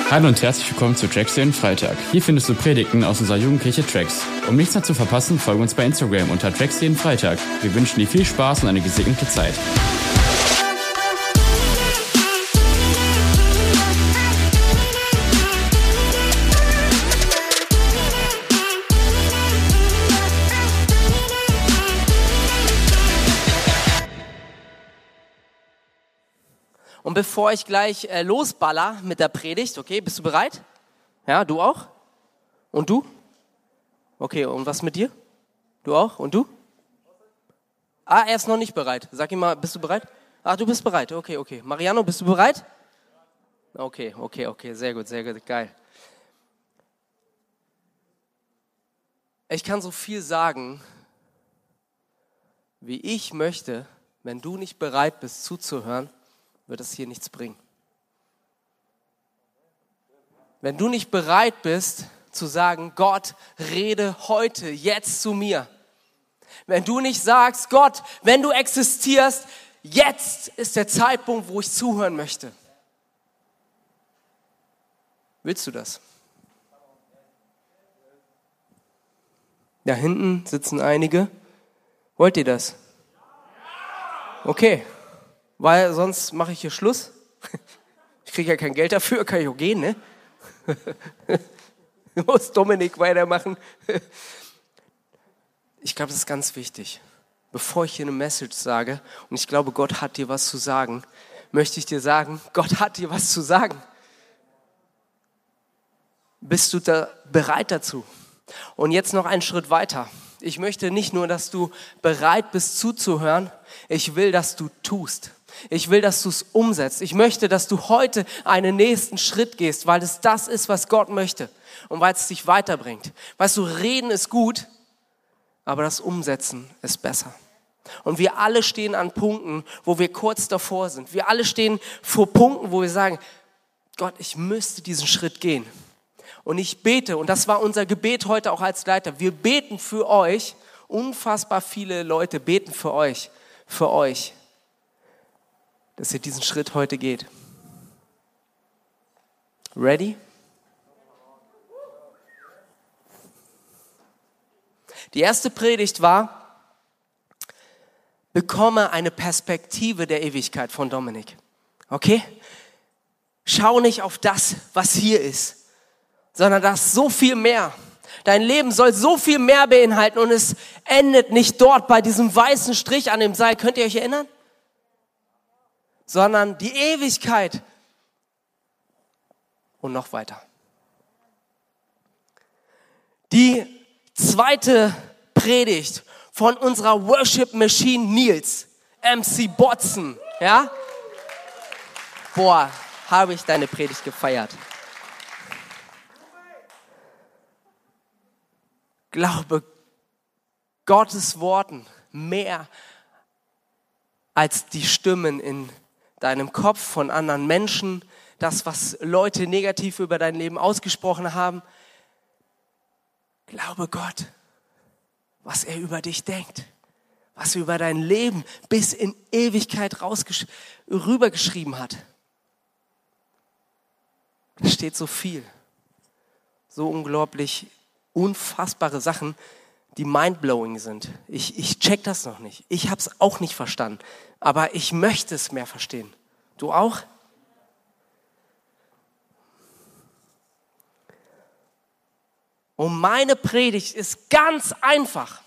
Hallo und herzlich willkommen zu Tracks jeden Freitag. Hier findest du Predigten aus unserer Jugendkirche Tracks. Um nichts mehr zu verpassen, folge uns bei Instagram unter Tracks jeden Freitag. Wir wünschen dir viel Spaß und eine gesegnete Zeit. Und bevor ich gleich losballer mit der Predigt, okay, bist du bereit? Ja, du auch? Und du? Okay, und was mit dir? Du auch? Und du? Er ist noch nicht bereit. Sag ihm mal, bist du bereit? Du bist bereit. Okay. Mariano, bist du bereit? Okay. Sehr gut, geil. Ich kann so viel sagen, wie ich möchte, wenn du nicht bereit bist zuzuhören, wird es hier nichts bringen. Wenn du nicht bereit bist zu sagen, Gott, rede heute, jetzt zu mir. Wenn du nicht sagst, Gott, wenn du existierst, jetzt ist der Zeitpunkt, wo ich zuhören möchte. Willst du das? Da hinten sitzen einige. Wollt ihr das? Okay. Weil sonst mache ich hier Schluss. Ich kriege ja kein Geld dafür, kann ich auch gehen, ne? Muss Dominik weitermachen. Ich glaube, das ist ganz wichtig. Bevor ich hier eine Message sage, und ich glaube, Gott hat dir was zu sagen, möchte ich dir sagen, Gott hat dir was zu sagen. Bist du da bereit dazu? Und jetzt noch einen Schritt weiter. Ich möchte nicht nur, dass du bereit bist zuzuhören, ich will, dass du tust. Ich will, dass du es umsetzt. Ich möchte, dass du heute einen nächsten Schritt gehst, weil es das ist, was Gott möchte und weil es dich weiterbringt. Weißt du, reden ist gut, aber das Umsetzen ist besser. Und wir alle stehen an Punkten, wo wir kurz davor sind. Wir alle stehen vor Punkten, wo wir sagen, Gott, ich müsste diesen Schritt gehen. Und ich bete, und das war unser Gebet heute auch als Leiter, wir beten für euch, unfassbar viele Leute beten für euch, dass ihr diesen Schritt heute geht. Ready? Die erste Predigt war, bekomme eine Perspektive der Ewigkeit von Dominik. Okay? Schau nicht auf das, was hier ist, sondern das so viel mehr. Dein Leben soll so viel mehr beinhalten und es endet nicht dort bei diesem weißen Strich an dem Seil. Könnt ihr euch erinnern? Sondern die Ewigkeit und noch weiter. Die zweite Predigt von unserer Worship Machine Nils, MC Botzen, ja? Boah, habe ich deine Predigt gefeiert. Glaube Gottes Worten mehr als die Stimmen in deinem Kopf von anderen Menschen, das, was Leute negativ über dein Leben ausgesprochen haben. Glaube Gott, was er über dich denkt, was er über dein Leben bis in Ewigkeit rübergeschrieben hat. Da steht so viel, so unglaublich unfassbare Sachen, die mindblowing sind. Ich check das noch nicht. Ich habe es auch nicht verstanden. Aber ich möchte es mehr verstehen. Du auch? Und meine Predigt ist ganz einfach.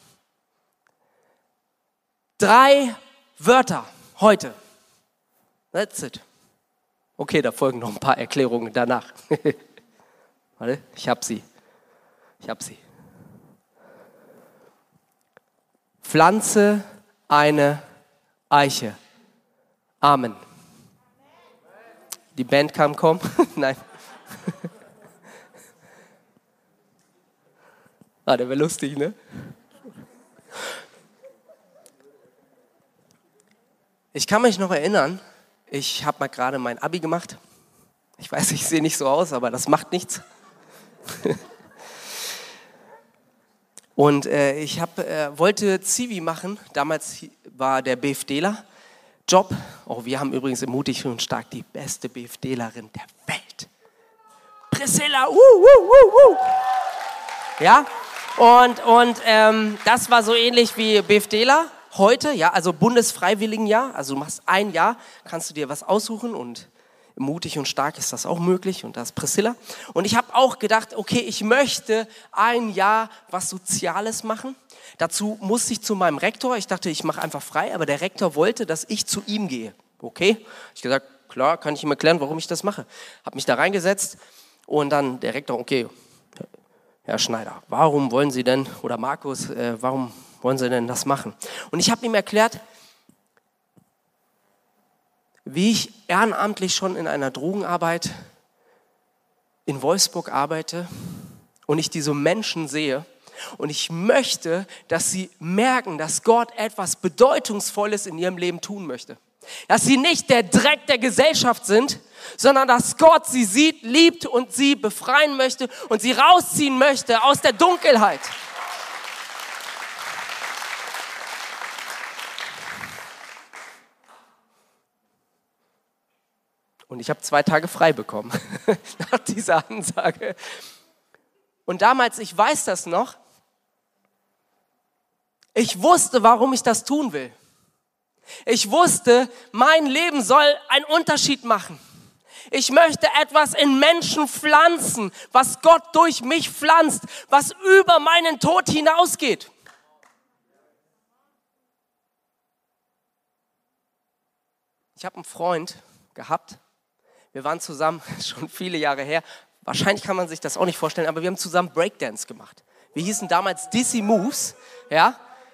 3 Wörter heute. That's it. Okay, da folgen noch ein paar Erklärungen danach. Warte, ich hab sie. Pflanze eine Eiche. Amen. Die Band kann kommen. Nein. Der wäre lustig, ne? Ich kann mich noch erinnern, ich habe mal gerade mein Abi gemacht. Ich weiß, ich sehe nicht so aus, aber das macht nichts. Und ich wollte Zivi machen. Damals war der BFDler Job. Oh, wir haben übrigens im Mutig und Stark die beste BFDlerin der Welt. Priscilla, Ja, und das war so ähnlich wie BFDler heute, ja, also Bundesfreiwilligenjahr, also du machst ein Jahr, kannst du dir was aussuchen und mutig und stark ist das auch möglich und das ist Priscilla. Und ich habe auch gedacht, okay, ich möchte ein Jahr was Soziales machen. Dazu musste ich zu meinem Rektor, ich dachte, ich mache einfach frei, aber der Rektor wollte, dass ich zu ihm gehe. Okay, ich gesagt, klar, kann ich ihm erklären, warum ich das mache. Habe mich da reingesetzt und dann der Rektor, okay, Herr Schneider, warum wollen Sie denn, oder Markus, warum wollen Sie denn das machen? Und ich habe ihm erklärt, wie ich ehrenamtlich schon in einer Drogenarbeit in Wolfsburg arbeite und ich diese Menschen sehe und ich möchte, dass sie merken, dass Gott etwas Bedeutungsvolles in ihrem Leben tun möchte. Dass sie nicht der Dreck der Gesellschaft sind, sondern dass Gott sie sieht, liebt und sie befreien möchte und sie rausziehen möchte aus der Dunkelheit. Und ich habe 2 Tage frei bekommen nach dieser Ansage. Und damals, ich weiß das noch, ich wusste, warum ich das tun will. Ich wusste, mein Leben soll einen Unterschied machen. Ich möchte etwas in Menschen pflanzen, was Gott durch mich pflanzt, was über meinen Tod hinausgeht. Ich habe einen Freund gehabt, wir waren zusammen, schon viele Jahre her, wahrscheinlich kann man sich das auch nicht vorstellen, aber wir haben zusammen Breakdance gemacht. Wir hießen damals Dizzy Moves, ja.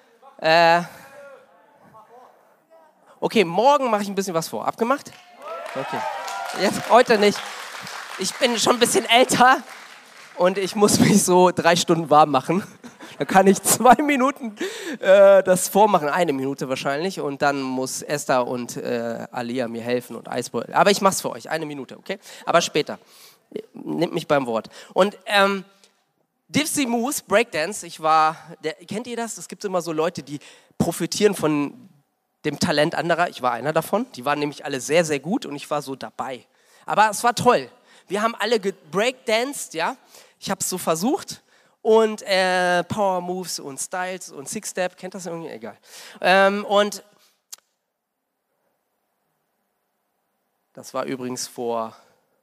Okay, morgen mache ich ein bisschen was vor. Abgemacht? Okay. Jetzt, heute nicht. Ich bin schon ein bisschen älter und ich muss mich so 3 Stunden warm machen. Da kann ich 2 Minuten das vormachen, 1 Minute wahrscheinlich. Und dann muss Esther und Alia mir helfen und Eisbeutel. Aber ich mach's für euch, 1 Minute, okay? Aber später. Nehmt mich beim Wort. Und Dipsy Moose, Breakdance, kennt ihr das? Es gibt immer so Leute, die profitieren von dem Talent anderer. Ich war einer davon. Die waren nämlich alle sehr, sehr gut und ich war so dabei. Aber es war toll. Wir haben alle gebreakdanced, ja. Ich habe es so versucht. Und Power Moves und Styles und Six Step, kennt das irgendwie? Egal. Und das war übrigens vor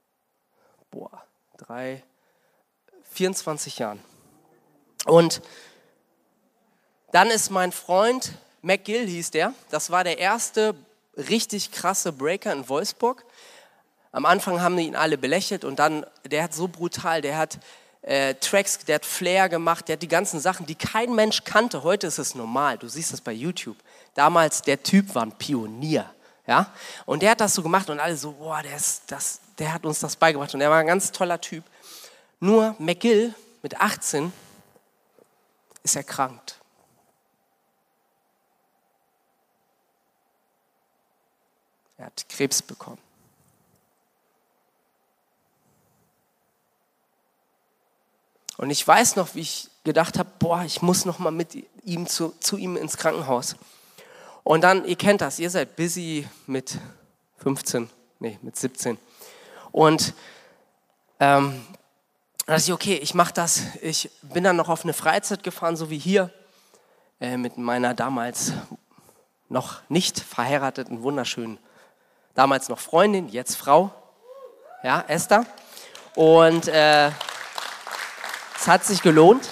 24 Jahren. Und dann ist mein Freund, McGill hieß der, das war der erste richtig krasse Breaker in Wolfsburg. Am Anfang haben ihn alle belächelt und dann, der hat so brutal, der hat Tracks, der hat Flair gemacht, der hat die ganzen Sachen, die kein Mensch kannte. Heute ist es normal, du siehst das bei YouTube. Damals, der Typ war ein Pionier, ja. Und der hat das so gemacht und alle so, boah, der hat uns das beigebracht und der war ein ganz toller Typ. Nur McGill mit 18 ist erkrankt. Er hat Krebs bekommen. Und ich weiß noch, wie ich gedacht habe, boah, ich muss noch mal mit ihm zu ihm ins Krankenhaus. Und dann, ihr kennt das, ihr seid busy mit 17. Und da dachte ich, okay, ich mache das. Ich bin dann noch auf eine Freizeit gefahren, so wie hier, mit meiner damals noch nicht verheirateten, wunderschönen, damals noch Freundin, jetzt Frau, ja, Esther. Und es hat sich gelohnt.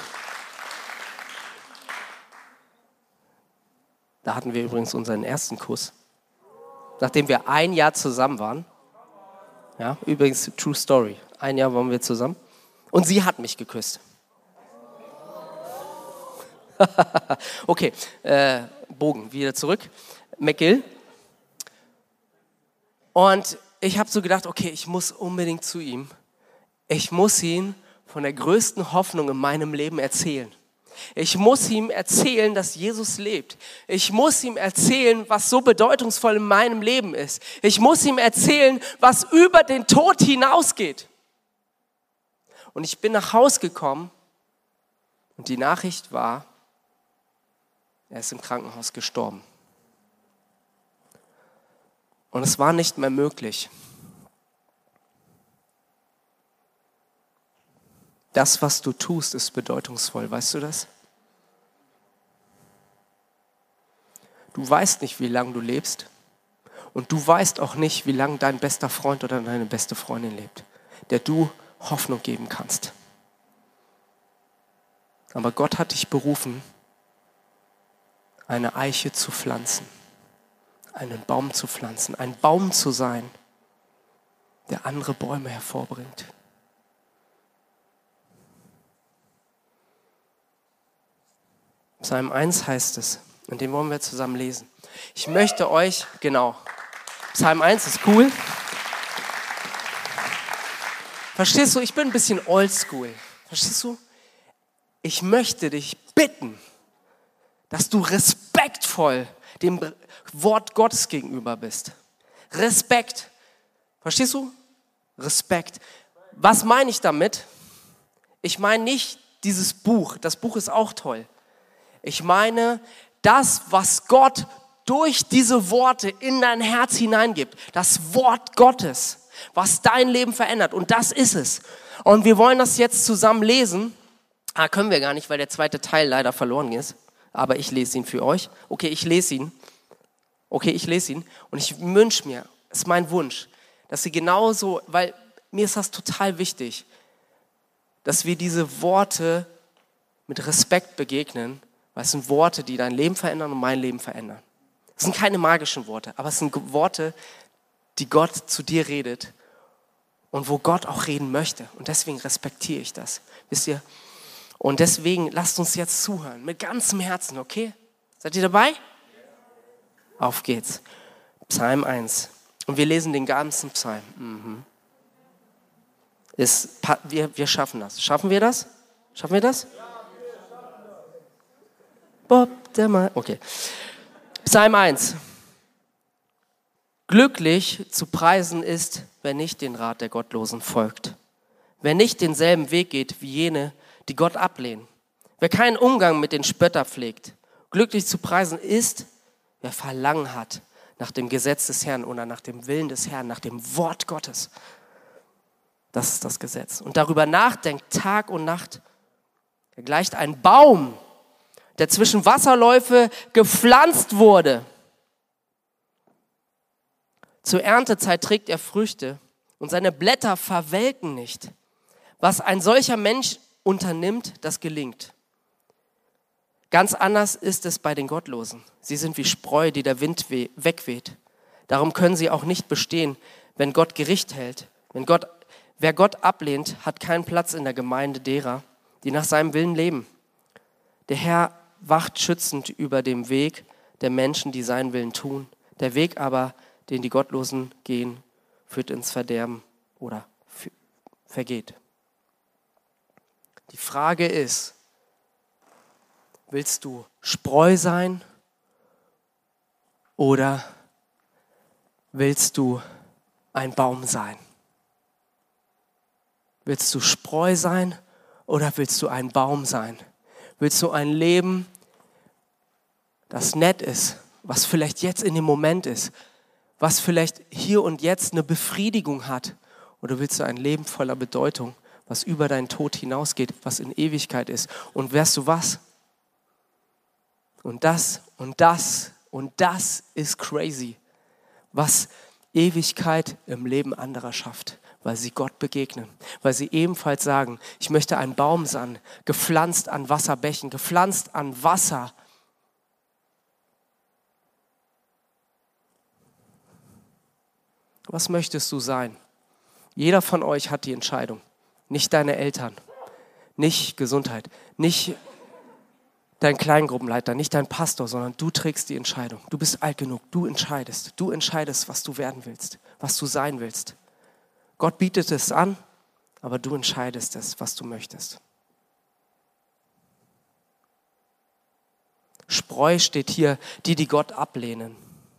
Da hatten wir übrigens unseren ersten Kuss, nachdem wir 1 Jahr zusammen waren. Ja, übrigens, true story. 1 Jahr waren wir zusammen. Und sie hat mich geküsst. Okay, Bogen, wieder zurück. McGill. Und ich habe so gedacht, okay, ich muss unbedingt zu ihm. Ich muss ihn von der größten Hoffnung in meinem Leben erzählen. Ich muss ihm erzählen, dass Jesus lebt. Ich muss ihm erzählen, was so bedeutungsvoll in meinem Leben ist. Ich muss ihm erzählen, was über den Tod hinausgeht. Und ich bin nach Hause gekommen und die Nachricht war, er ist im Krankenhaus gestorben. Und es war nicht mehr möglich. Das, was du tust, ist bedeutungsvoll. Weißt du das? Du weißt nicht, wie lange du lebst. Und du weißt auch nicht, wie lange dein bester Freund oder deine beste Freundin lebt, der du Hoffnung geben kannst. Aber Gott hat dich berufen, eine Eiche zu pflanzen, einen Baum zu pflanzen, ein Baum zu sein, der andere Bäume hervorbringt. Psalm 1 heißt es, und den wollen wir zusammen lesen. Ich möchte euch, genau, Psalm 1 ist cool. Verstehst du, ich bin ein bisschen oldschool. Verstehst du? Ich möchte dich bitten, dass du respektvoll dem Wort Gottes gegenüber bist. Respekt. Verstehst du? Respekt. Was meine ich damit? Ich meine nicht dieses Buch. Das Buch ist auch toll. Ich meine das, was Gott durch diese Worte in dein Herz hineingibt. Das Wort Gottes, was dein Leben verändert. Und das ist es. Und wir wollen das jetzt zusammen lesen. Können wir gar nicht, weil der zweite Teil leider verloren ist. Aber ich lese ihn für euch. Okay, ich lese ihn. Und ich wünsche mir, es ist mein Wunsch, dass ihr genauso, weil mir ist das total wichtig, dass wir diese Worte mit Respekt begegnen, weil es sind Worte, die dein Leben verändern und mein Leben verändern. Es sind keine magischen Worte, aber es sind Worte, die Gott zu dir redet und wo Gott auch reden möchte. Und deswegen respektiere ich das. Wisst ihr? Und deswegen lasst uns jetzt zuhören, mit ganzem Herzen, okay? Seid ihr dabei? Auf geht's. Psalm 1. Und wir lesen den ganzen Psalm. Wir schaffen das. Schaffen wir das? Schaffen wir das? Bob, der Mann. Okay. Psalm 1. Glücklich zu preisen ist, wer nicht den Rat der Gottlosen folgt. Wer nicht denselben Weg geht wie jene, die Gott ablehnen. Wer keinen Umgang mit den Spötter pflegt. Glücklich zu preisen ist, wer Verlangen hat nach dem Gesetz des Herrn oder nach dem Willen des Herrn, nach dem Wort Gottes. Das ist das Gesetz. Und darüber nachdenkt Tag und Nacht. Er gleicht ein Baum, der zwischen Wasserläufe gepflanzt wurde. Zur Erntezeit trägt er Früchte und seine Blätter verwelken nicht. Was ein solcher Mensch unternimmt, das gelingt. Ganz anders ist es bei den Gottlosen. Sie sind wie Spreu, die der Wind wegweht. Darum können sie auch nicht bestehen, wenn Gott Gericht hält. Wer Gott ablehnt, hat keinen Platz in der Gemeinde derer, die nach seinem Willen leben. Der Herr wacht schützend über dem Weg der Menschen, die seinen Willen tun. Der Weg aber, den die Gottlosen gehen, führt ins Verderben oder vergeht. Die Frage ist, willst du Spreu sein oder willst du ein Baum sein? Willst du Spreu sein oder willst du ein Baum sein? Willst du ein Leben, das nett ist, was vielleicht jetzt in dem Moment ist, was vielleicht hier und jetzt eine Befriedigung hat? Oder willst du ein Leben voller Bedeutung, was über deinen Tod hinausgeht, was in Ewigkeit ist? Und weißt du was? Und das ist crazy, was Ewigkeit im Leben anderer schafft, weil sie Gott begegnen, weil sie ebenfalls sagen, ich möchte ein Baum sein, gepflanzt an Wasserbächen, gepflanzt an Wasser. Was möchtest du sein? Jeder von euch hat die Entscheidung, nicht deine Eltern, nicht Gesundheit, nicht dein Kleingruppenleiter, nicht dein Pastor, sondern du trägst die Entscheidung. Du bist alt genug, du entscheidest, was du werden willst, was du sein willst. Gott bietet es an, aber du entscheidest es, was du möchtest. Spreu steht hier, die Gott ablehnen.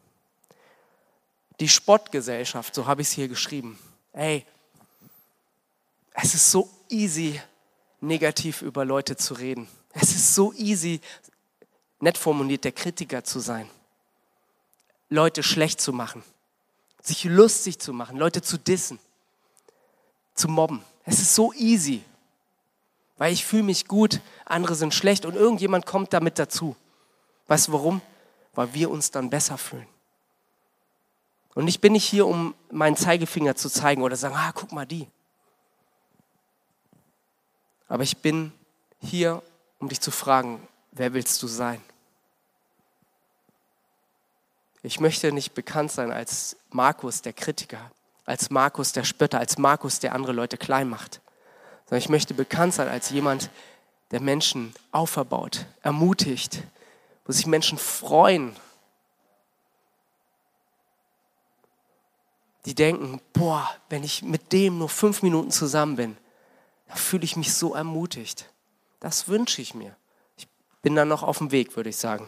Die Spottgesellschaft, so habe ich es hier geschrieben. Ey, es ist so easy, negativ über Leute zu reden. Es ist so easy, nett formuliert, der Kritiker zu sein. Leute schlecht zu machen, sich lustig zu machen, Leute zu dissen, zu mobben. Es ist so easy. Weil ich fühle mich gut, andere sind schlecht und irgendjemand kommt damit dazu. Weißt du warum? Weil wir uns dann besser fühlen. Und ich bin nicht hier, um meinen Zeigefinger zu zeigen oder sagen, guck mal die. Aber ich bin hier, um dich zu fragen, wer willst du sein? Ich möchte nicht bekannt sein als Markus, der Kritiker, als Markus, der Spötter, als Markus, der andere Leute klein macht. Sondern ich möchte bekannt sein als jemand, der Menschen auferbaut, ermutigt, wo sich Menschen freuen. Die denken, wenn ich mit dem nur 5 Minuten zusammen bin, dann fühle ich mich so ermutigt. Das wünsche ich mir. Ich bin dann noch auf dem Weg, würde ich sagen.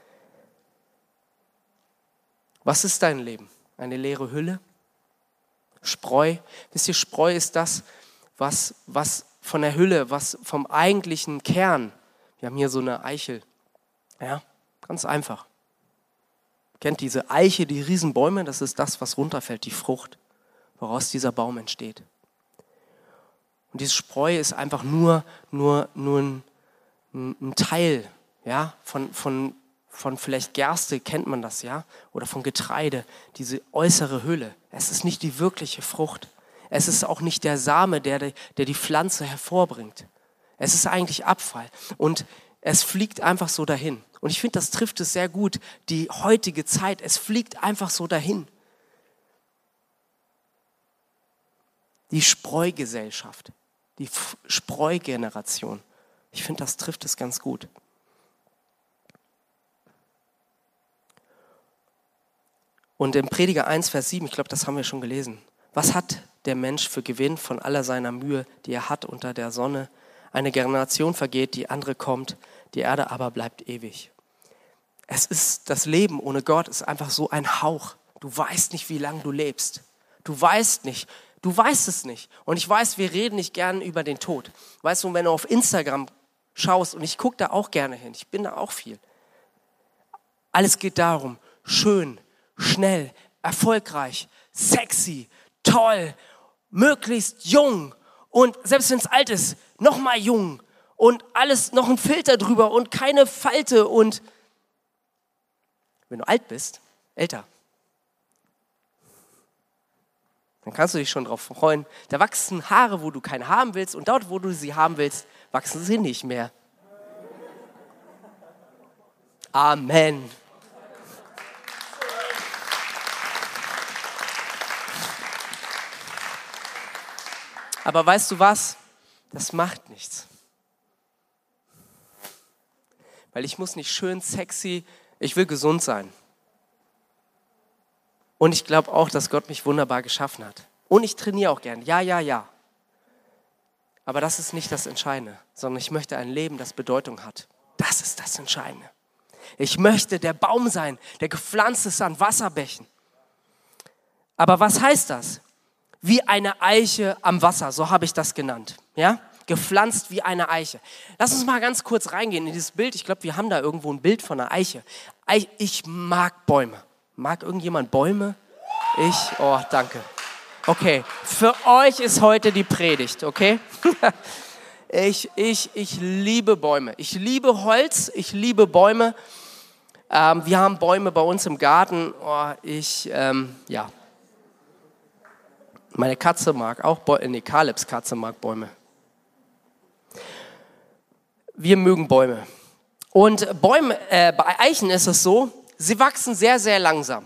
Was ist dein Leben? Eine leere Hülle? Spreu? Wisst ihr, Spreu ist das, was von der Hülle, was vom eigentlichen Kern. Wir haben hier so eine Eichel. Ja, ganz einfach. Kennt diese Eiche, die Riesenbäume? Das ist das, was runterfällt, die Frucht, woraus dieser Baum entsteht. Und dieses Spreu ist einfach nur ein Teil, ja, von vielleicht Gerste, kennt man das, ja, oder von Getreide, diese äußere Hülle. Es ist nicht die wirkliche Frucht. Es ist auch nicht der Same, der die Pflanze hervorbringt. Es ist eigentlich Abfall und es fliegt einfach so dahin. Und ich finde, das trifft es sehr gut, die heutige Zeit. Es fliegt einfach so dahin. Die Spreugesellschaft, die Spreugeneration. Ich finde, das trifft es ganz gut. Und im Prediger 1, Vers 7, ich glaube, das haben wir schon gelesen. Was hat der Mensch für Gewinn von aller seiner Mühe, die er hat unter der Sonne? Eine Generation vergeht, die andere kommt, die Erde aber bleibt ewig. Es ist, das Leben ohne Gott ist einfach so ein Hauch. Du weißt nicht, wie lange du lebst. Du weißt es nicht. Und ich weiß, wir reden nicht gerne über den Tod. Weißt du, wenn du auf Instagram schaust, und ich gucke da auch gerne hin, ich bin da auch viel. Alles geht darum, schön, schnell, erfolgreich, sexy, toll, möglichst jung und selbst wenn es alt ist, nochmal jung und alles noch ein Filter drüber und keine Falte und wenn du alt bist, älter, dann kannst du dich schon drauf freuen. Da wachsen Haare, wo du keine haben willst und dort, wo du sie haben willst, wachsen sie nicht mehr. Amen. Aber weißt du was? Das macht nichts. Weil ich muss nicht schön, sexy, ich will gesund sein. Und ich glaube auch, dass Gott mich wunderbar geschaffen hat. Und ich trainiere auch gern. Ja. Aber das ist nicht das Entscheidende, sondern ich möchte ein Leben, das Bedeutung hat. Das ist das Entscheidende. Ich möchte der Baum sein, der gepflanzt ist an Wasserbächen. Aber was heißt das? Wie eine Eiche am Wasser, so habe ich das genannt. Ja? Gepflanzt wie eine Eiche. Lass uns mal ganz kurz reingehen in dieses Bild. Ich glaube, wir haben da irgendwo ein Bild von einer Eiche. Ich mag Bäume. Mag irgendjemand Bäume? Oh, danke. Okay, für euch ist heute die Predigt, okay? Ich liebe Bäume. Ich liebe Holz, ich liebe Bäume. Wir haben Bäume bei uns im Garten. Meine Katze mag auch Bäume. Kalebs Katze mag Bäume. Wir mögen Bäume. Und bei Eichen ist es so, sie wachsen sehr, sehr langsam.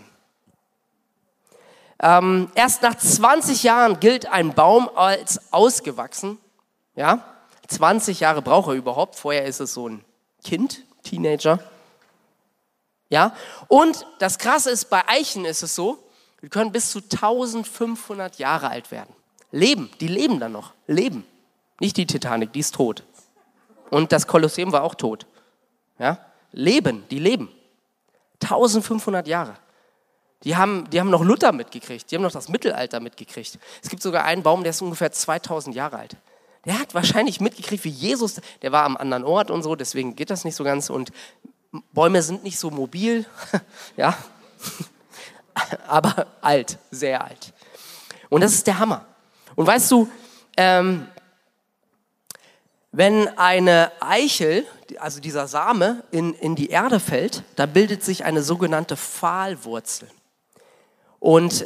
Erst nach 20 Jahren gilt ein Baum als ausgewachsen. Ja? 20 Jahre braucht er überhaupt. Vorher ist es so ein Kind, Teenager. Ja? Und das Krasse ist, bei Eichen ist es so, die können bis zu 1500 Jahre alt werden. Leben, die leben dann noch. Leben. Nicht die Titanic, die ist tot. Und das Kolosseum war auch tot. Ja? Leben, die leben. 1500 Jahre. Die haben noch Luther mitgekriegt, die haben noch das Mittelalter mitgekriegt. Es gibt sogar einen Baum, der ist ungefähr 2000 Jahre alt. Der hat wahrscheinlich mitgekriegt, wie Jesus, der war am anderen Ort und so, deswegen geht das nicht so ganz. Und Bäume sind nicht so mobil, ja, aber alt, sehr alt. Und das ist der Hammer. Und weißt du, Wenn eine Eichel, also dieser Same, in die Erde fällt, da bildet sich eine sogenannte Pfahlwurzel. Und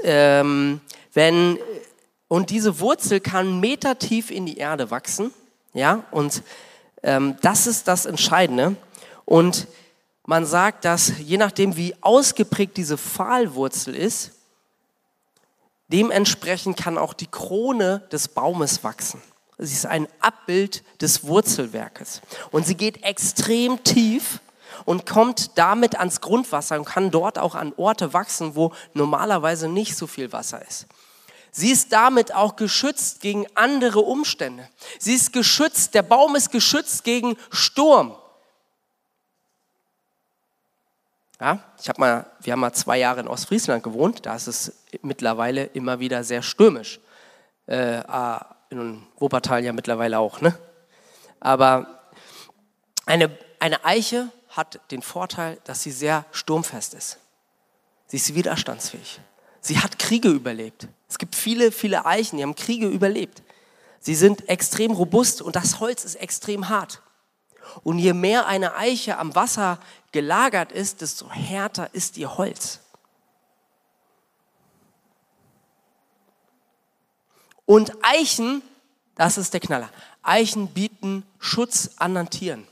diese Wurzel kann metertief in die Erde wachsen. Ja? Und das ist das Entscheidende. Und man sagt, dass je nachdem, wie ausgeprägt diese Pfahlwurzel ist, dementsprechend kann auch die Krone des Baumes wachsen. Sie ist ein Abbild des Wurzelwerkes. Und sie geht extrem tief und kommt damit ans Grundwasser und kann dort auch an Orte wachsen, wo normalerweise nicht so viel Wasser ist. Sie ist damit auch geschützt gegen andere Umstände. Sie ist geschützt, der Baum ist geschützt gegen Sturm. Ja, wir haben mal 2 Jahre in Ostfriesland gewohnt, da ist es mittlerweile immer wieder sehr stürmisch. In Wuppertal ja mittlerweile auch, ne? Aber eine Eiche hat den Vorteil, dass sie sehr sturmfest ist. Sie ist widerstandsfähig. Sie hat Kriege überlebt. Es gibt viele, viele Eichen, die haben Kriege überlebt. Sie sind extrem robust und das Holz ist extrem hart. Und je mehr eine Eiche am Wasser gelagert ist, desto härter ist ihr Holz. Und Eichen, das ist der Knaller, Eichen bieten Schutz anderen Tieren.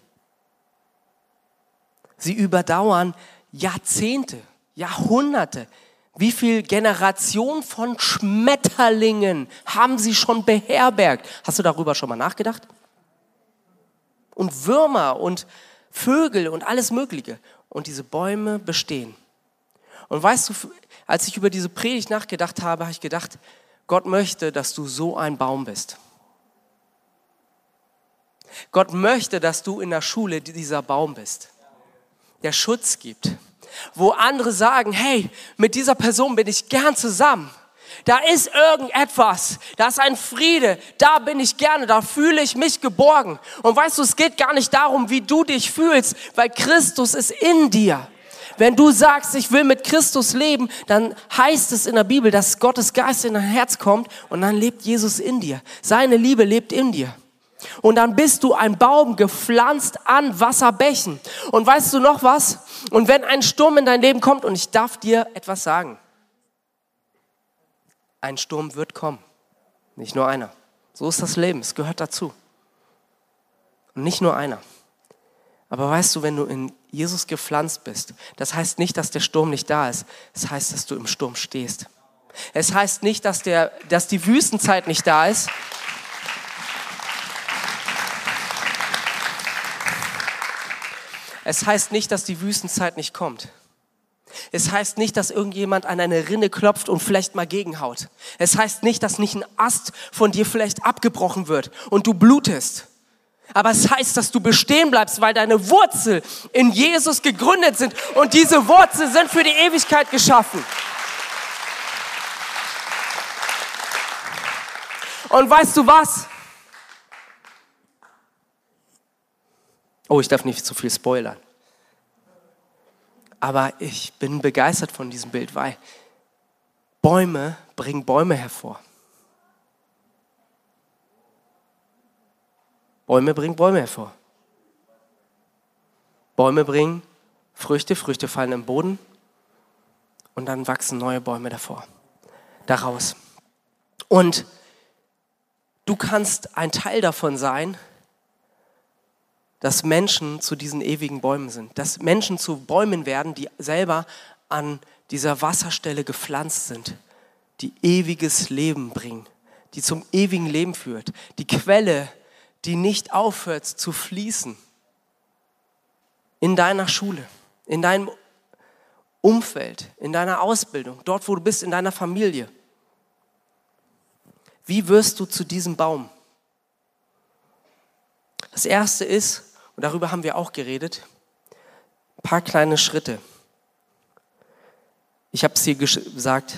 Sie überdauern Jahrzehnte, Jahrhunderte. Wie viele Generationen von Schmetterlingen haben sie schon beherbergt? Hast du darüber schon mal nachgedacht? Und Würmer und Vögel und alles Mögliche. Und diese Bäume bestehen. Und weißt du, als ich über diese Predigt nachgedacht habe, habe ich gedacht, Gott möchte, dass du so ein Baum bist. Gott möchte, dass du in der Schule dieser Baum bist, der Schutz gibt. Wo andere sagen, hey, mit dieser Person bin ich gern zusammen. Da ist irgendetwas, da ist ein Friede, da bin ich gerne, da fühle ich mich geborgen. Und weißt du, es geht gar nicht darum, wie du dich fühlst, weil Christus ist in dir. Wenn du sagst, ich will mit Christus leben, dann heißt es in der Bibel, dass Gottes Geist in dein Herz kommt und dann lebt Jesus in dir. Seine Liebe lebt in dir. Und dann bist du ein Baum gepflanzt an Wasserbächen. Und weißt du noch was? Und wenn ein Sturm in dein Leben kommt, und ich darf dir etwas sagen, ein Sturm wird kommen, nicht nur einer. So ist das Leben, es gehört dazu. Und nicht nur einer. Aber weißt du, wenn du in Jesus gepflanzt bist, das heißt nicht, dass der Sturm nicht da ist. Es heißt, dass du im Sturm stehst. Es heißt nicht, dass die Wüstenzeit nicht da ist. Es heißt nicht, dass die Wüstenzeit nicht kommt. Es heißt nicht, dass irgendjemand an eine Rinne klopft und vielleicht mal gegenhaut. Es heißt nicht, dass nicht ein Ast von dir vielleicht abgebrochen wird und du blutest. Aber es heißt, dass du bestehen bleibst, weil deine Wurzeln in Jesus gegründet sind und diese Wurzeln sind für die Ewigkeit geschaffen. Und weißt du was? Oh, ich darf nicht zu viel spoilern. Aber ich bin begeistert von diesem Bild, weil Bäume bringen Bäume hervor. Bäume bringen Bäume hervor. Bäume bringen Früchte, Früchte fallen im Boden und dann wachsen neue Bäume daraus. Und du kannst ein Teil davon sein, dass Menschen zu diesen ewigen Bäumen sind. Dass Menschen zu Bäumen werden, die selber an dieser Wasserstelle gepflanzt sind, die ewiges Leben bringen, die zum ewigen Leben führt. Die Quelle, die nicht aufhört zu fließen. In deiner Schule, in deinem Umfeld, in deiner Ausbildung, dort wo du bist, in deiner Familie. Wie wirst du zu diesem Baum? Das erste ist, und darüber haben wir auch geredet, ein paar kleine Schritte. Ich habe es hier gesagt,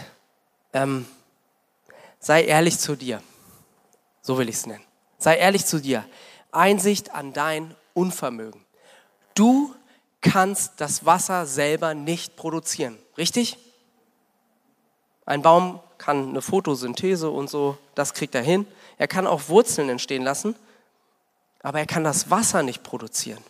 sei ehrlich zu dir. So will ich es nennen. Sei ehrlich zu dir. Einsicht an dein Unvermögen. Du kannst das Wasser selber nicht produzieren, richtig? Ein Baum kann eine Photosynthese und so, das kriegt er hin. Er kann auch Wurzeln entstehen lassen. aber er kann das Wasser nicht produzieren.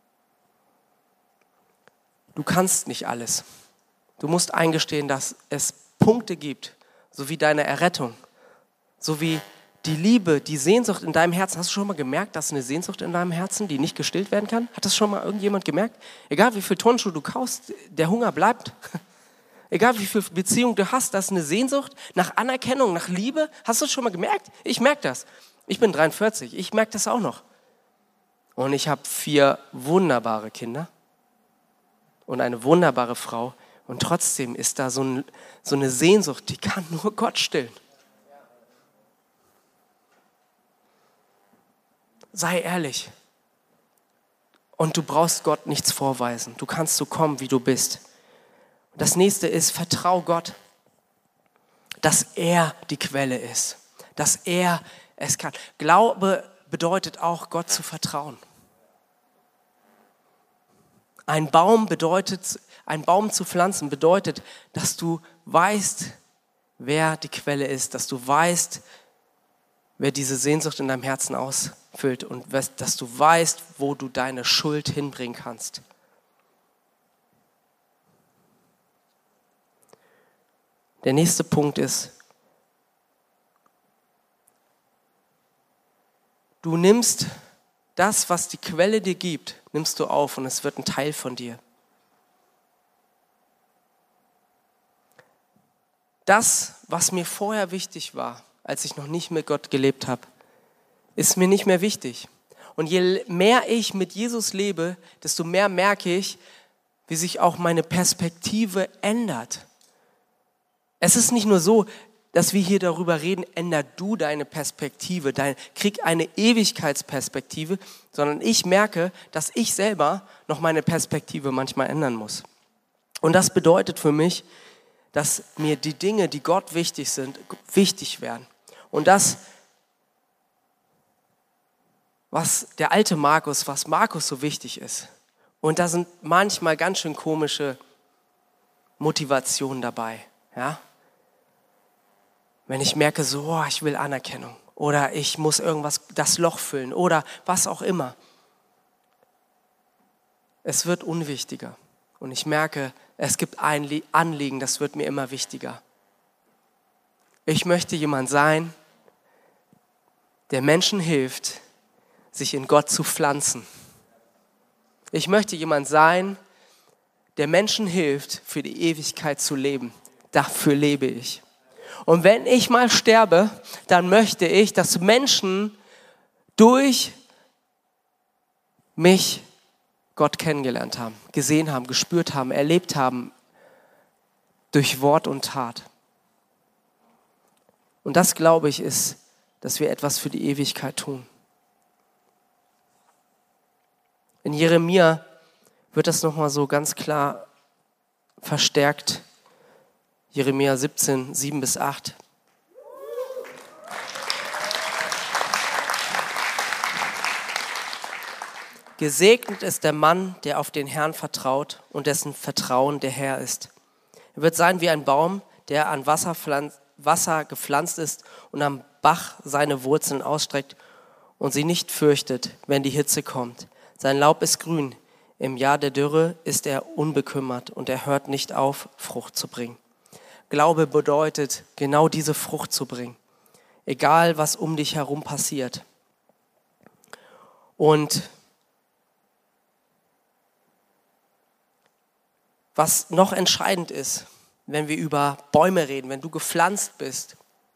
Du kannst nicht alles. Du musst eingestehen, dass es Punkte gibt, so wie deine Errettung, so wie die Liebe, die Sehnsucht in deinem Herzen. Hast du schon mal gemerkt, dass eine Sehnsucht in deinem Herzen, die nicht gestillt werden kann? Hat das schon mal irgendjemand gemerkt? Egal wie viel Turnschuhe du kaufst, der Hunger bleibt. Egal wie viel Beziehung du hast, das ist eine Sehnsucht nach Anerkennung, nach Liebe. Hast du das schon mal gemerkt? Ich merke das. Ich bin 43, ich merke das auch noch. Und ich habe 4 wunderbare Kinder und eine wunderbare Frau. Und trotzdem ist da so eine Sehnsucht, die kann nur Gott stillen. Sei ehrlich. Und du brauchst Gott nichts vorweisen. Du kannst so kommen, wie du bist. Das nächste ist, vertrau Gott, dass er die Quelle ist, dass er es kann. Glaube bedeutet auch, Gott zu vertrauen. Ein Baum zu pflanzen bedeutet, dass du weißt, wer die Quelle ist, dass du weißt, wer diese Sehnsucht in deinem Herzen ausfüllt und dass du weißt, wo du deine Schuld hinbringen kannst. Der nächste Punkt ist, du nimmst das, was die Quelle dir gibt, nimmst du auf und es wird ein Teil von dir. Das, was mir vorher wichtig war, als ich noch nicht mit Gott gelebt habe, ist mir nicht mehr wichtig. Und je mehr ich mit Jesus lebe, desto mehr merke ich, wie sich auch meine Perspektive ändert. Es ist nicht nur so, dass wir hier darüber reden, änder du deine Perspektive, krieg eine Ewigkeitsperspektive, sondern ich merke, dass ich selber noch meine Perspektive manchmal ändern muss. Und das bedeutet für mich, dass mir die Dinge, die Gott wichtig sind, wichtig werden. Und das, was Markus so wichtig ist. Und da sind manchmal ganz schön komische Motivationen dabei, ja? Wenn ich merke, so, ich will Anerkennung oder ich muss irgendwas, das Loch füllen oder was auch immer. Es wird unwichtiger und ich merke, es gibt ein Anliegen, das wird mir immer wichtiger. Ich möchte jemand sein, der Menschen hilft, sich in Gott zu pflanzen. Ich möchte jemand sein, der Menschen hilft, für die Ewigkeit zu leben. Dafür lebe ich. Und wenn ich mal sterbe, dann möchte ich, dass Menschen durch mich Gott kennengelernt haben, gesehen haben, gespürt haben, erlebt haben, durch Wort und Tat. Und das, glaube ich, ist, dass wir etwas für die Ewigkeit tun. In Jeremia wird das nochmal so ganz klar verstärkt. Jeremia 17, 7-8. Gesegnet ist der Mann, der auf den Herrn vertraut und dessen Vertrauen der Herr ist. Er wird sein wie ein Baum, der an Wasser gepflanzt ist und am Bach seine Wurzeln ausstreckt und sie nicht fürchtet, wenn die Hitze kommt. Sein Laub ist grün. Im Jahr der Dürre ist er unbekümmert und er hört nicht auf, Frucht zu bringen. Glaube bedeutet, genau diese Frucht zu bringen, egal was um dich herum passiert. Und was noch entscheidend ist, wenn wir über Bäume reden, wenn du gepflanzt bist,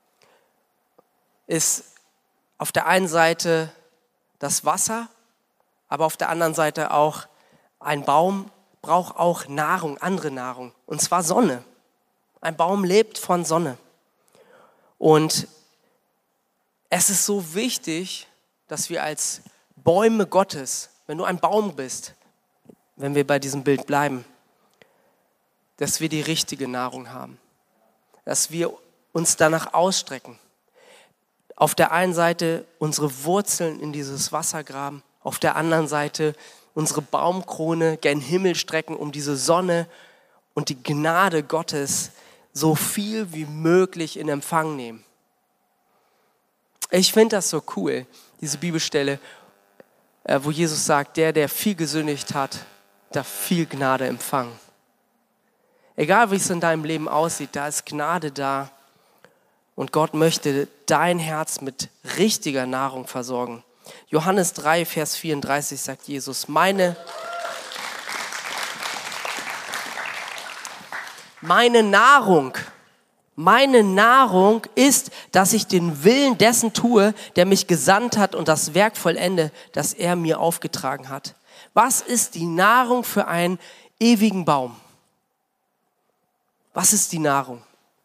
ist auf der einen Seite das Wasser, aber auf der anderen Seite auch, ein Baum braucht auch Nahrung, andere Nahrung, und zwar Sonne. Ein Baum lebt von Sonne. Und es ist so wichtig, dass wir als Bäume Gottes, wenn du ein Baum bist, wenn wir bei diesem Bild bleiben, dass wir die richtige Nahrung haben. Dass wir uns danach ausstrecken. Auf der einen Seite unsere Wurzeln in dieses Wasser graben, auf der anderen Seite unsere Baumkrone gen Himmel strecken, um diese Sonne und die Gnade Gottes so viel wie möglich in Empfang nehmen. Ich finde das so cool, diese Bibelstelle, wo Jesus sagt, der viel gesündigt hat, darf viel Gnade empfangen. Egal wie es in deinem Leben aussieht, da ist Gnade da. Und Gott möchte dein Herz mit richtiger Nahrung versorgen. Johannes 3, Vers 34 sagt Jesus, meine Nahrung ist, dass ich den Willen dessen tue, der mich gesandt hat und das Werk vollende, das er mir aufgetragen hat. Was ist die Nahrung für einen ewigen Baum? Was ist die Nahrung?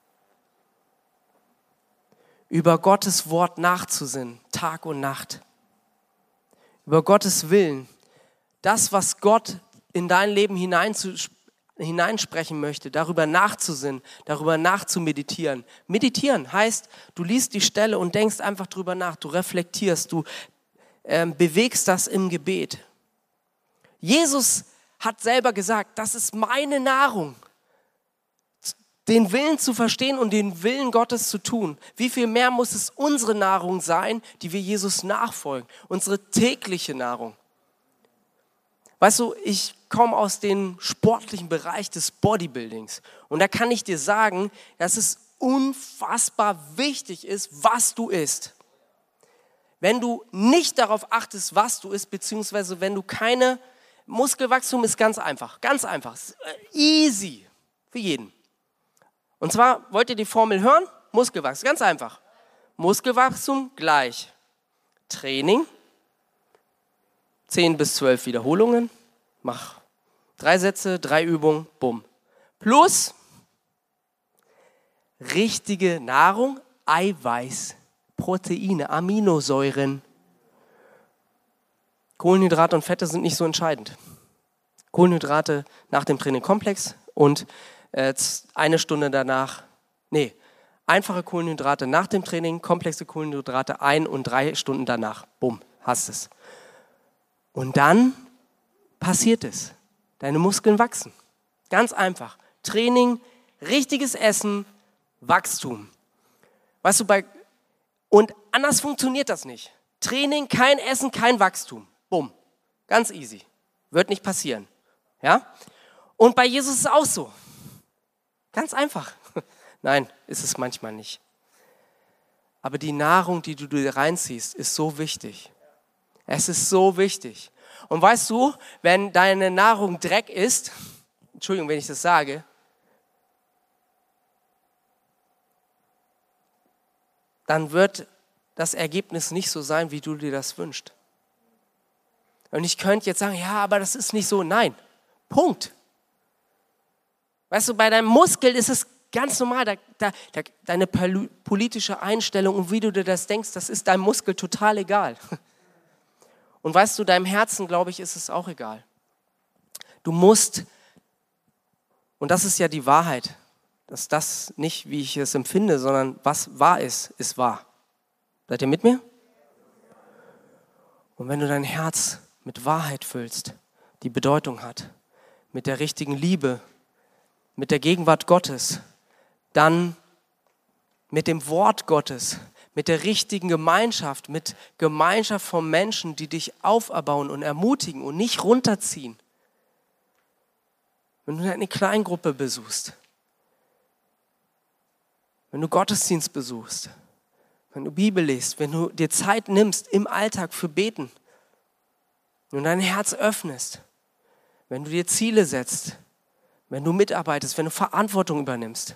Über Gottes Wort nachzusinnen, Tag und Nacht. Über Gottes Willen. Das, was Gott in dein Leben hineinsprechen möchte, darüber nachzusinnen, darüber nachzumeditieren. Meditieren heißt, du liest die Stelle und denkst einfach drüber nach, du reflektierst, du bewegst das im Gebet. Jesus hat selber gesagt, das ist meine Nahrung. Den Willen zu verstehen und den Willen Gottes zu tun. Wie viel mehr muss es unsere Nahrung sein, die wir Jesus nachfolgen? Unsere tägliche Nahrung. Weißt du, ich komme aus dem sportlichen Bereich des Bodybuildings. Und da kann ich dir sagen, dass es unfassbar wichtig ist, was du isst. Wenn du nicht darauf achtest, was du isst, beziehungsweise wenn du keine Muskelwachstum ist ganz einfach. Easy. Für jeden. Und zwar, wollt ihr die Formel hören? Muskelwachstum, ganz einfach. Muskelwachstum gleich Training, 10 bis 12 Wiederholungen, mach 3 Sätze, 3 Übungen, bumm. Plus richtige Nahrung, Eiweiß, Proteine, Aminosäuren. Kohlenhydrate und Fette sind nicht so entscheidend. Kohlenhydrate nach dem Training komplex und einfache Kohlenhydrate nach dem Training, komplexe Kohlenhydrate 1 und 3 Stunden danach. Bumm, hast es. Und dann passiert es. Deine Muskeln wachsen. Ganz einfach. Training, richtiges Essen, Wachstum. Weißt du, und anders funktioniert das nicht. Training, kein Essen, kein Wachstum. Bumm. Ganz easy. Wird nicht passieren. Ja? Und bei Jesus ist es auch so. Ganz einfach. Nein, ist es manchmal nicht. Aber die Nahrung, die du dir reinziehst, ist so wichtig. Es ist so wichtig. Und weißt du, wenn deine Nahrung Dreck ist, Entschuldigung, wenn ich das sage, dann wird das Ergebnis nicht so sein, wie du dir das wünschst. Und ich könnte jetzt sagen, ja, aber das ist nicht so. Nein, Punkt. Weißt du, bei deinem Muskel ist es ganz normal, deine politische Einstellung und wie du dir das denkst, das ist deinem Muskel total egal. Und weißt du, deinem Herzen, glaube ich, ist es auch egal. Du musst, und das ist ja die Wahrheit, dass das nicht, wie ich es empfinde, sondern was wahr ist, ist wahr. Seid ihr mit mir? Und wenn du dein Herz mit Wahrheit füllst, die Bedeutung hat, mit der richtigen Liebe, mit der Gegenwart Gottes, dann mit dem Wort Gottes, mit der richtigen Gemeinschaft, mit Gemeinschaft von Menschen, die dich auferbauen und ermutigen und nicht runterziehen. Wenn du eine Kleingruppe besuchst, wenn du Gottesdienst besuchst, wenn du Bibel liest, wenn du dir Zeit nimmst im Alltag für Beten und dein Herz öffnest, wenn du dir Ziele setzt, wenn du mitarbeitest, wenn du Verantwortung übernimmst,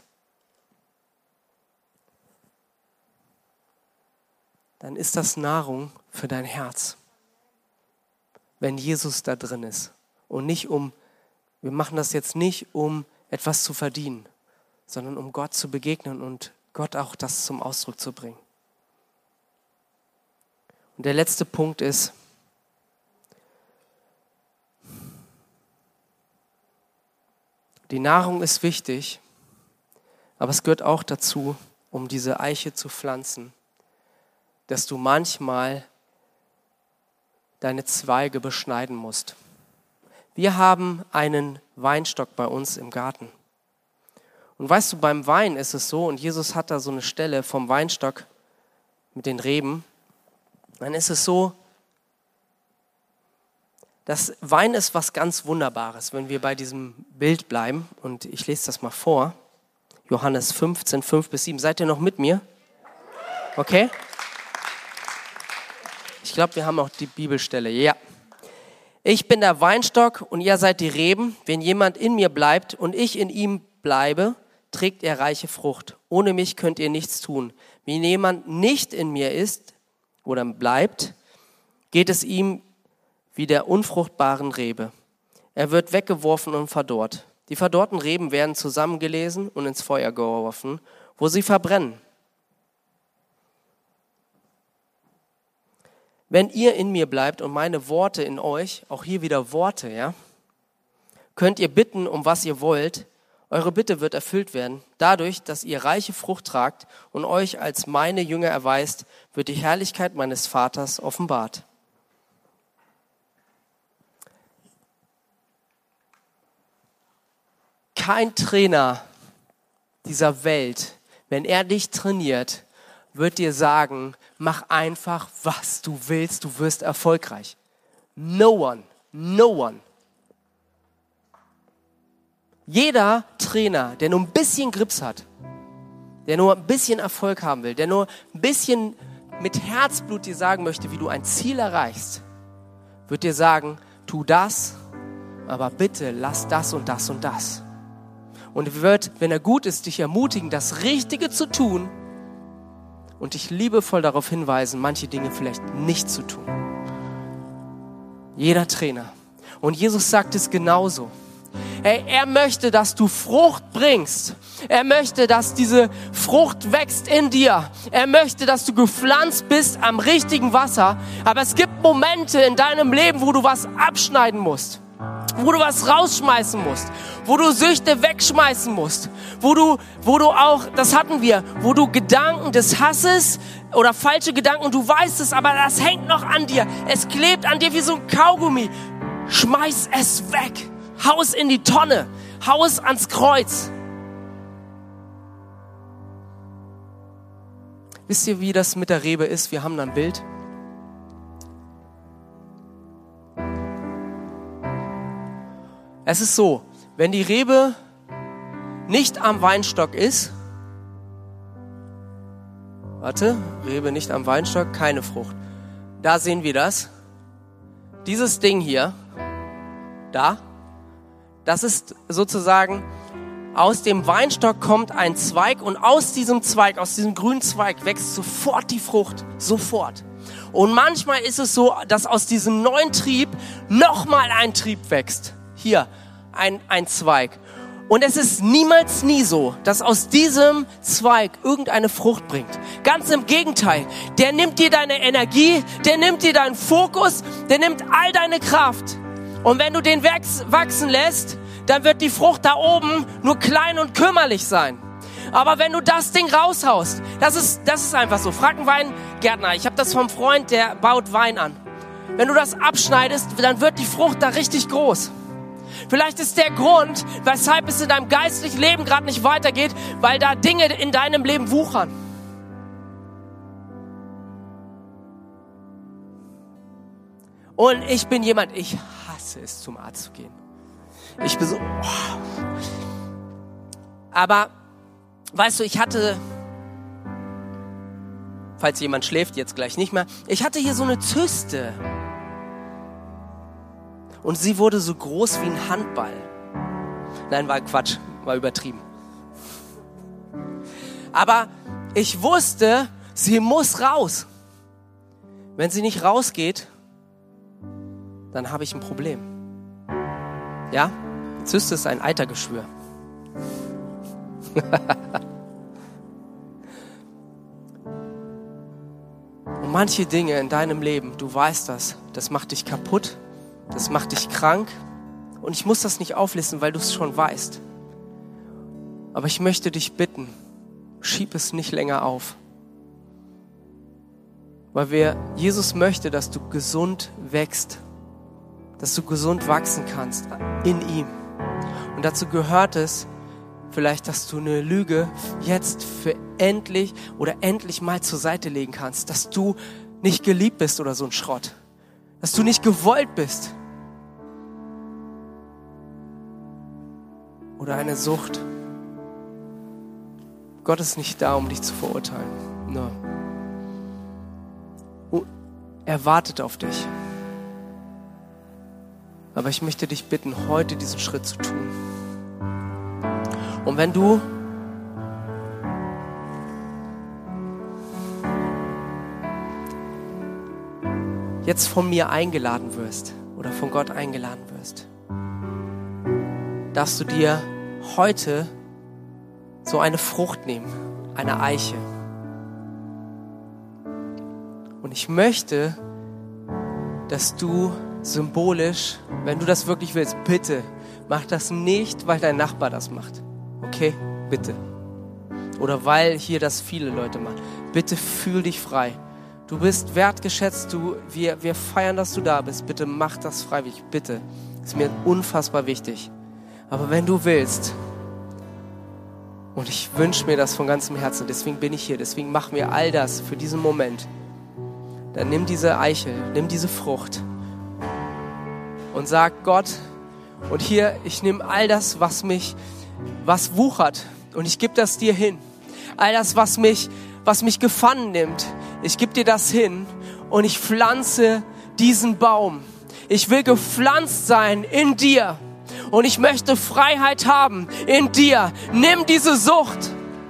dann ist das Nahrung für dein Herz. Wenn Jesus da drin ist und nicht wir machen das jetzt nicht, um etwas zu verdienen, sondern um Gott zu begegnen und Gott auch das zum Ausdruck zu bringen. Und der letzte Punkt ist, die Nahrung ist wichtig, aber es gehört auch dazu, um diese Eiche zu pflanzen, dass du manchmal deine Zweige beschneiden musst. Wir haben einen Weinstock bei uns im Garten. Und weißt du, beim Wein ist es so, und Jesus hat da so eine Stelle vom Weinstock mit den Reben, dann ist es so, Das Wein ist was ganz Wunderbares, wenn wir bei diesem Bild bleiben. Und ich lese das mal vor. Johannes 15, 5-7. Seid ihr noch mit mir? Okay? Ich glaube, wir haben auch die Bibelstelle. Ja. Ich bin der Weinstock und ihr seid die Reben. Wenn jemand in mir bleibt und ich in ihm bleibe, trägt er reiche Frucht. Ohne mich könnt ihr nichts tun. Wenn jemand nicht in mir ist oder bleibt, geht es ihm wie der unfruchtbaren Rebe. Er wird weggeworfen und verdorrt. Die verdorrten Reben werden zusammengelesen und ins Feuer geworfen, wo sie verbrennen. Wenn ihr in mir bleibt und meine Worte in euch, auch hier wieder Worte, ja, könnt ihr bitten, um was ihr wollt. Eure Bitte wird erfüllt werden. Dadurch, dass ihr reiche Frucht tragt und euch als meine Jünger erweist, wird die Herrlichkeit meines Vaters offenbart. Kein Trainer dieser Welt, wenn er dich trainiert, wird dir sagen, mach einfach, was du willst, du wirst erfolgreich. No one. Jeder Trainer, der nur ein bisschen Grips hat, der nur ein bisschen Erfolg haben will, der nur ein bisschen mit Herzblut dir sagen möchte, wie du ein Ziel erreichst, wird dir sagen, tu das, aber bitte lass das und das und das. Und wird, wenn er gut ist, dich ermutigen, das Richtige zu tun und dich liebevoll darauf hinweisen, manche Dinge vielleicht nicht zu tun. Jeder Trainer. Und Jesus sagt es genauso. Hey, er möchte, dass du Frucht bringst. Er möchte, dass diese Frucht wächst in dir. Er möchte, dass du gepflanzt bist am richtigen Wasser. Aber es gibt Momente in deinem Leben, wo du was abschneiden musst. Wo du was rausschmeißen musst, wo du Süchte wegschmeißen musst, wo du auch, das hatten wir, wo du Gedanken des Hasses oder falsche Gedanken, du weißt es, aber das hängt noch an dir, es klebt an dir wie so ein Kaugummi. Schmeiß es weg, hau es in die Tonne, hau es ans Kreuz. Wisst ihr, wie das mit der Rebe ist? Wir haben da ein Bild. Es ist so, wenn die Rebe nicht am Weinstock ist, Rebe nicht am Weinstock, keine Frucht. Da sehen wir das. Dieses Ding hier, das ist sozusagen, aus dem Weinstock kommt ein Zweig und aus diesem Zweig, aus diesem grünen Zweig wächst sofort die Frucht, sofort. Und manchmal ist es so, dass aus diesem neuen Trieb nochmal ein Trieb wächst. Hier, ein Zweig. Und es ist niemals nie so, dass aus diesem Zweig irgendeine Frucht bringt. Ganz im Gegenteil. Der nimmt dir deine Energie, der nimmt dir deinen Fokus, der nimmt all deine Kraft. Und wenn du den wachsen lässt, dann wird die Frucht da oben nur klein und kümmerlich sein. Aber wenn du das Ding raushaust, das ist einfach so. Frag einen Weingärtner. Ich habe das vom Freund, der baut Wein an. Wenn du das abschneidest, dann wird die Frucht da richtig groß. Vielleicht ist der Grund, weshalb es in deinem geistlichen Leben gerade nicht weitergeht, weil da Dinge in deinem Leben wuchern. Und ich bin jemand, ich hasse es, zum Arzt zu gehen. Ich bin so, Aber, weißt du, ich hatte, falls jemand schläft, jetzt gleich nicht mehr, ich hatte hier so eine Zyste. Und sie wurde so groß wie ein Handball. Nein, war Quatsch, war übertrieben. Aber ich wusste, sie muss raus. Wenn sie nicht rausgeht, dann habe ich ein Problem. Ja, Zyste ist ein Eitergeschwür. Und manche Dinge in deinem Leben, du weißt das macht dich kaputt. Das macht dich krank und ich muss das nicht auflisten, weil du es schon weißt. Aber ich möchte dich bitten, schieb es nicht länger auf. Weil Jesus möchte, dass du gesund wächst, dass du gesund wachsen kannst in ihm. Und dazu gehört es vielleicht, dass du eine Lüge jetzt für endlich mal zur Seite legen kannst, dass du nicht geliebt bist oder so ein Schrott. Dass du nicht gewollt bist. oder eine Sucht. Gott ist nicht da, um dich zu verurteilen. No. Er wartet auf dich. Aber ich möchte dich bitten, heute diesen Schritt zu tun. Und wenn du jetzt von mir eingeladen wirst oder von Gott eingeladen wirst, darfst du dir heute so eine Frucht nehmen, eine Eiche. Und ich möchte, dass du symbolisch, wenn du das wirklich willst, bitte, mach das nicht, weil dein Nachbar das macht. Okay? Bitte. Oder weil hier das viele Leute machen. Bitte fühl dich frei. Du bist wertgeschätzt, wir feiern, dass du da bist. Bitte mach das freiwillig, bitte. Das ist mir unfassbar wichtig. Aber wenn du willst, und ich wünsche mir das von ganzem Herzen, deswegen bin ich hier, deswegen mach mir all das für diesen Moment, dann nimm diese Eichel, nimm diese Frucht und sag Gott, und hier, ich nehme all das, was wuchert, und ich gebe das dir hin. All das, was mich gefangen nimmt, ich gebe dir das hin und ich pflanze diesen Baum. Ich will gepflanzt sein in dir und ich möchte Freiheit haben in dir. Nimm diese Sucht.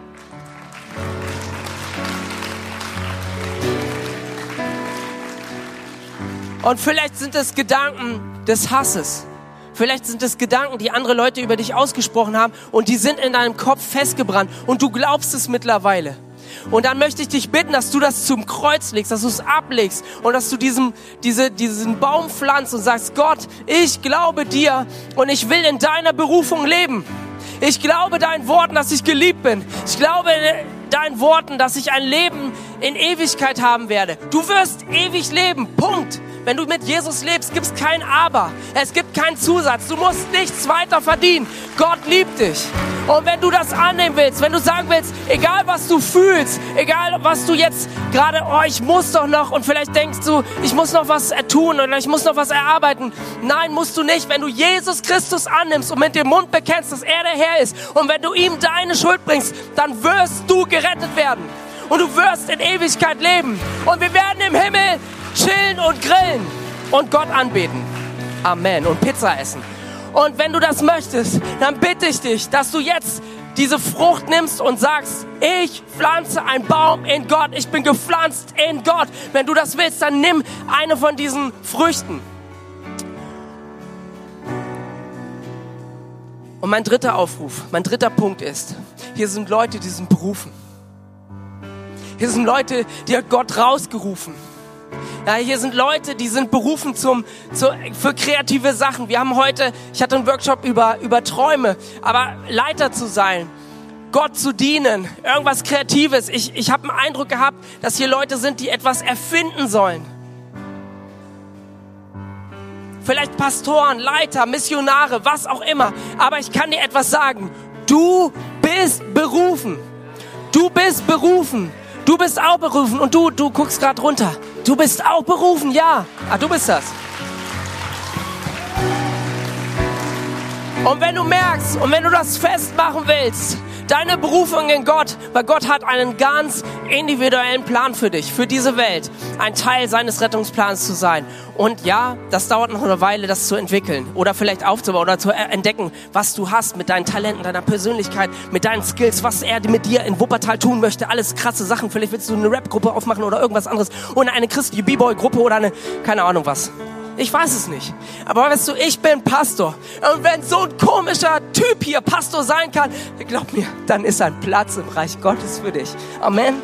Und vielleicht sind es Gedanken des Hasses. Vielleicht sind es Gedanken, die andere Leute über dich ausgesprochen haben und die sind in deinem Kopf festgebrannt und du glaubst es mittlerweile. Und dann möchte ich dich bitten, dass du das zum Kreuz legst, dass du es ablegst und dass du diesen Baum pflanzt und sagst, Gott, ich glaube dir und ich will in deiner Berufung leben. Ich glaube deinen Worten, dass ich geliebt bin. Ich glaube deinen Worten, dass ich ein Leben in Ewigkeit haben werde. Du wirst ewig leben, Punkt. Wenn du mit Jesus lebst, gibt es kein Aber. Es gibt keinen Zusatz. Du musst nichts weiter verdienen. Gott liebt dich. Und wenn du das annehmen willst, wenn du sagen willst, egal was du fühlst, egal was du jetzt gerade, ich muss doch noch, und vielleicht denkst du, ich muss noch was tun oder ich muss noch was erarbeiten. Nein, musst du nicht. Wenn du Jesus Christus annimmst und mit dem Mund bekennst, dass er der Herr ist und wenn du ihm deine Schuld bringst, dann wirst du gerettet werden. Und du wirst in Ewigkeit leben. Und wir werden im Himmel chillen und grillen und Gott anbeten. Amen. Und Pizza essen. Und wenn du das möchtest, dann bitte ich dich, dass du jetzt diese Frucht nimmst und sagst, ich pflanze einen Baum in Gott. Ich bin gepflanzt in Gott. Wenn du das willst, dann nimm eine von diesen Früchten. Und mein dritter Aufruf, mein dritter Punkt ist, hier sind Leute, die sind berufen. Hier sind Leute, die hat Gott rausgerufen. Ja, hier sind Leute, die sind berufen für kreative Sachen. Ich hatte einen Workshop über Träume, aber Leiter zu sein, Gott zu dienen, irgendwas Kreatives. Ich habe einen Eindruck gehabt, dass hier Leute sind, die etwas erfinden sollen. Vielleicht Pastoren, Leiter, Missionare, was auch immer. Aber ich kann dir etwas sagen. Du bist berufen. Du bist berufen. Du bist auch berufen und du guckst gerade runter. Du bist auch berufen, ja. Du bist das. Und wenn du merkst und wenn du das festmachen willst, deine Berufung in Gott, weil Gott hat einen ganz individuellen Plan für dich, für diese Welt, ein Teil seines Rettungsplans zu sein. Und ja, das dauert noch eine Weile, das zu entwickeln oder vielleicht aufzubauen oder zu entdecken, was du hast mit deinen Talenten, deiner Persönlichkeit, mit deinen Skills, was er mit dir in Wuppertal tun möchte. Alles krasse Sachen. Vielleicht willst du eine Rap-Gruppe aufmachen oder irgendwas anderes oder eine christliche B-Boy-Gruppe oder eine, keine Ahnung was. Ich weiß es nicht. Aber weißt du, ich bin Pastor. Und wenn so ein komischer Typ hier Pastor sein kann, glaub mir, dann ist ein Platz im Reich Gottes für dich. Amen.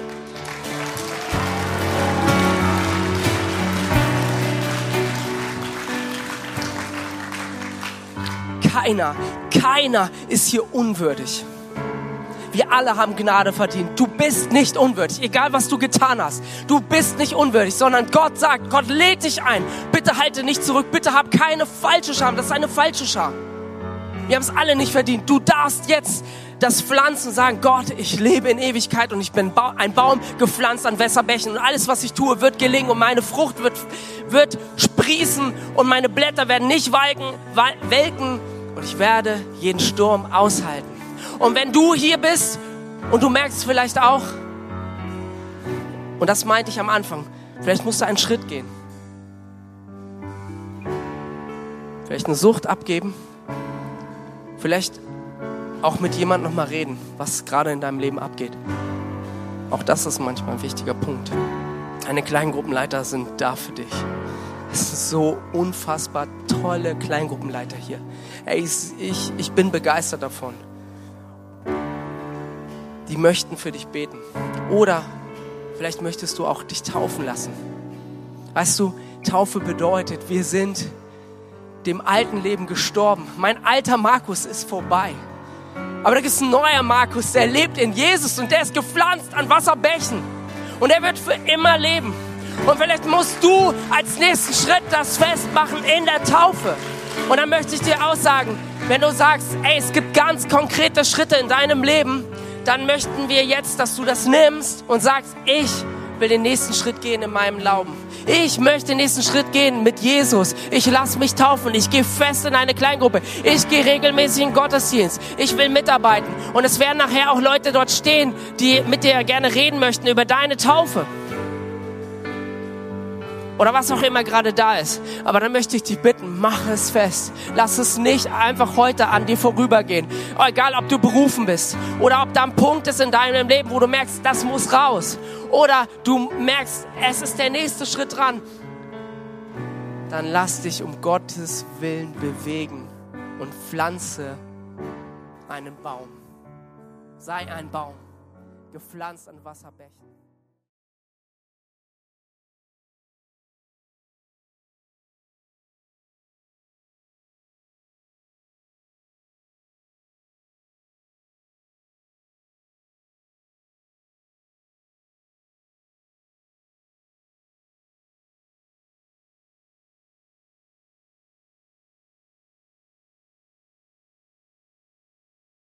Keiner ist hier unwürdig. Wir alle haben Gnade verdient. Du bist nicht unwürdig, egal was du getan hast. Du bist nicht unwürdig, sondern Gott sagt, Gott lädt dich ein. Bitte halte nicht zurück, bitte hab keine falsche Scham. Das ist eine falsche Scham. Wir haben es alle nicht verdient. Du darfst jetzt das pflanzen und sagen, Gott, ich lebe in Ewigkeit und ich bin ein Baum gepflanzt an Wässerbächen und alles, was ich tue, wird gelingen und meine Frucht wird sprießen und meine Blätter werden nicht welken. und ich werde jeden Sturm aushalten. Und wenn du hier bist und du merkst vielleicht auch, und das meinte ich am Anfang, vielleicht musst du einen Schritt gehen. Vielleicht eine Sucht abgeben. Vielleicht auch mit jemandem nochmal reden, was gerade in deinem Leben abgeht. Auch das ist manchmal ein wichtiger Punkt. Deine Kleingruppenleiter sind da für dich. Es sind so unfassbar tolle Kleingruppenleiter hier. Ey, ich bin begeistert davon. Die möchten für dich beten. Oder vielleicht möchtest du auch dich taufen lassen. Weißt du, Taufe bedeutet, wir sind dem alten Leben gestorben. Mein alter Markus ist vorbei. Aber da gibt es ein neuer Markus, der lebt in Jesus und der ist gepflanzt an Wasserbächen. Und er wird für immer leben. Und vielleicht musst du als nächsten Schritt das festmachen in der Taufe. Und dann möchte ich dir auch sagen, wenn du sagst, ey, es gibt ganz konkrete Schritte in deinem Leben, dann möchten wir jetzt, dass du das nimmst und sagst, ich will den nächsten Schritt gehen in meinem Glauben. Ich möchte den nächsten Schritt gehen mit Jesus. Ich lasse mich taufen. Ich gehe fest in eine Kleingruppe. Ich gehe regelmäßig in den Gottesdienst. Ich will mitarbeiten. Und es werden nachher auch Leute dort stehen, die mit dir gerne reden möchten über deine Taufe. Oder was auch immer gerade da ist. Aber dann möchte ich dich bitten, mach es fest. Lass es nicht einfach heute an dir vorübergehen. Egal, ob du berufen bist oder ob da ein Punkt ist in deinem Leben, wo du merkst, das muss raus. Oder du merkst, es ist der nächste Schritt dran. Dann lass dich um Gottes Willen bewegen und pflanze einen Baum. Sei ein Baum, gepflanzt an Wasserbächen.